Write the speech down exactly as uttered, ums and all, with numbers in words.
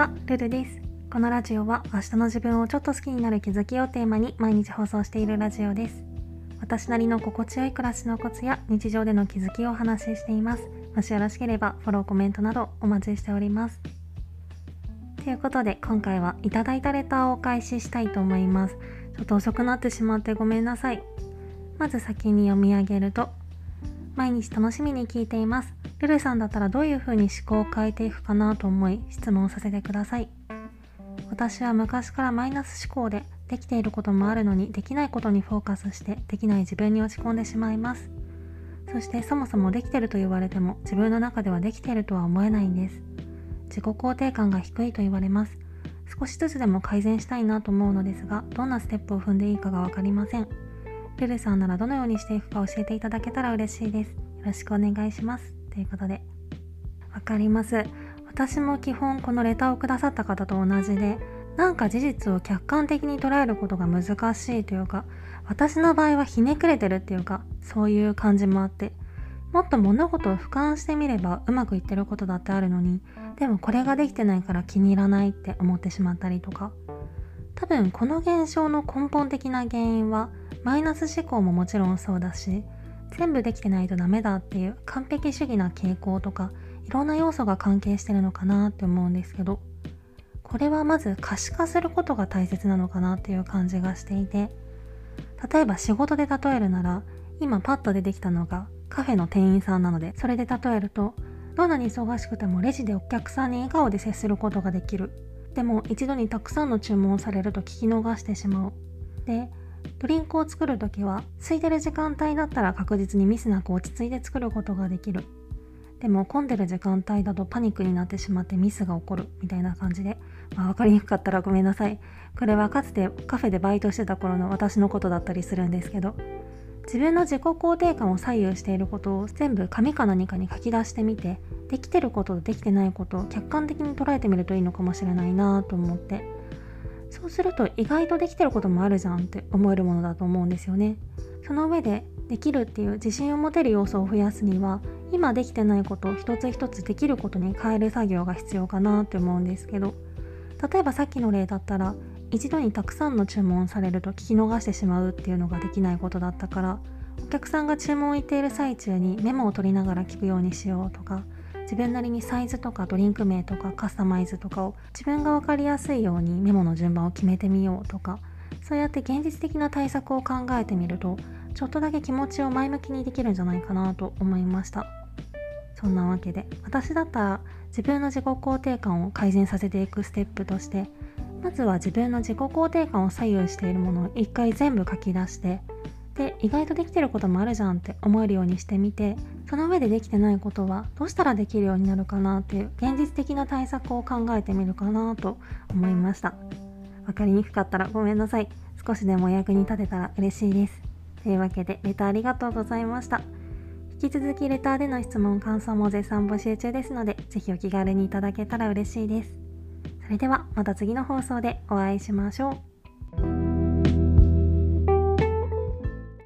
は、ルルです。このラジオは明日の自分をちょっと好きになる気づきをテーマに毎日放送しているラジオです。私なりの心地よい暮らしのコツや日常での気づきをお話ししています。もしよろしければフォロー、コメントなどお待ちしております。ということで今回はいただいたレターをお返ししたいと思います。ちょっと遅くなってしまってごめんなさい。まず先に読み上げると、毎日楽しみに聞いています。ルルさんだったらどういう風に思考を変えていくかなと思い質問させてください。私は昔からマイナス思考で、できていることもあるのにできないことにフォーカスしてできない自分に落ち込んでしまいます。そしてそもそもできていると言われても自分の中ではできているとは思えないんです。自己肯定感が低いと言われます。少しずつでも改善したいなと思うのですが、どんなステップを踏んでいいかがわかりません。ルルさんならどのようにしていくか教えていただけたら嬉しいです。よろしくお願いします。ということで、わかります。私も基本このレターをくださった方と同じで、なんか事実を客観的に捉えることが難しいというか、私の場合はひねくれてるっていうか、そういう感じもあって、もっと物事を俯瞰してみればうまくいってることだってあるのに、でもこれができてないから気に入らないって思ってしまったりとか、多分この現象の根本的な原因はマイナス思考ももちろんそうだし、全部できてないとダメだっていう完璧主義な傾向とか、いろんな要素が関係してるのかなって思うんですけど、これはまず可視化することが大切なのかなっていう感じがしていて、例えば仕事で例えるなら、今パッと出てきたのがカフェの店員さんなので、それで例えると、どんなに忙しくてもレジでお客さんに笑顔で接することができる。でも一度にたくさんの注文をされると聞き逃してしまう。で、ドリンクを作るときは空いてる時間帯だったら確実にミスなく落ち着いて作ることができる。でも混んでる時間帯だとパニックになってしまってミスが起こるみたいな感じで、まあ、分かりにくかったらごめんなさい。これはかつてカフェでバイトしてた頃の私のことだったりするんですけど、自分の自己肯定感を左右していることを全部紙か何かに書き出してみて、できてることとできてないことを客観的に捉えてみるといいのかもしれないなと思って、そうすると意外とできてることもあるじゃんって思えるものだと思うんですよね。その上でできるっていう自信を持てる要素を増やすには、今できてないことを一つ一つできることに変える作業が必要かなって思うんですけど、例えばさっきの例だったら、一度にたくさんの注文されると聞き逃してしまうっていうのができないことだったから、お客さんが注文を言っている最中にメモを取りながら聞くようにしようとか、自分なりにサイズとかドリンク名とかカスタマイズとかを自分が分かりやすいようにメモの順番を決めてみようとか、そうやって現実的な対策を考えてみると、ちょっとだけ気持ちを前向きにできるんじゃないかなと思いました。そんなわけで、私だったら自分の自己肯定感を改善させていくステップとして、まずは自分の自己肯定感を左右しているものを一回全部書き出して、で、意外とできてることもあるじゃんって思えるようにしてみて、その上でできてないことはどうしたらできるようになるかなっていう現実的な対策を考えてみるかなと思いました。わかりにくかったらごめんなさい。少しでもお役に立てたら嬉しいです。というわけで、レターありがとうございました。引き続きレターでの質問、感想も絶賛募集中ですので、ぜひお気軽にいただけたら嬉しいです。それではまた次の放送でお会いしましょう。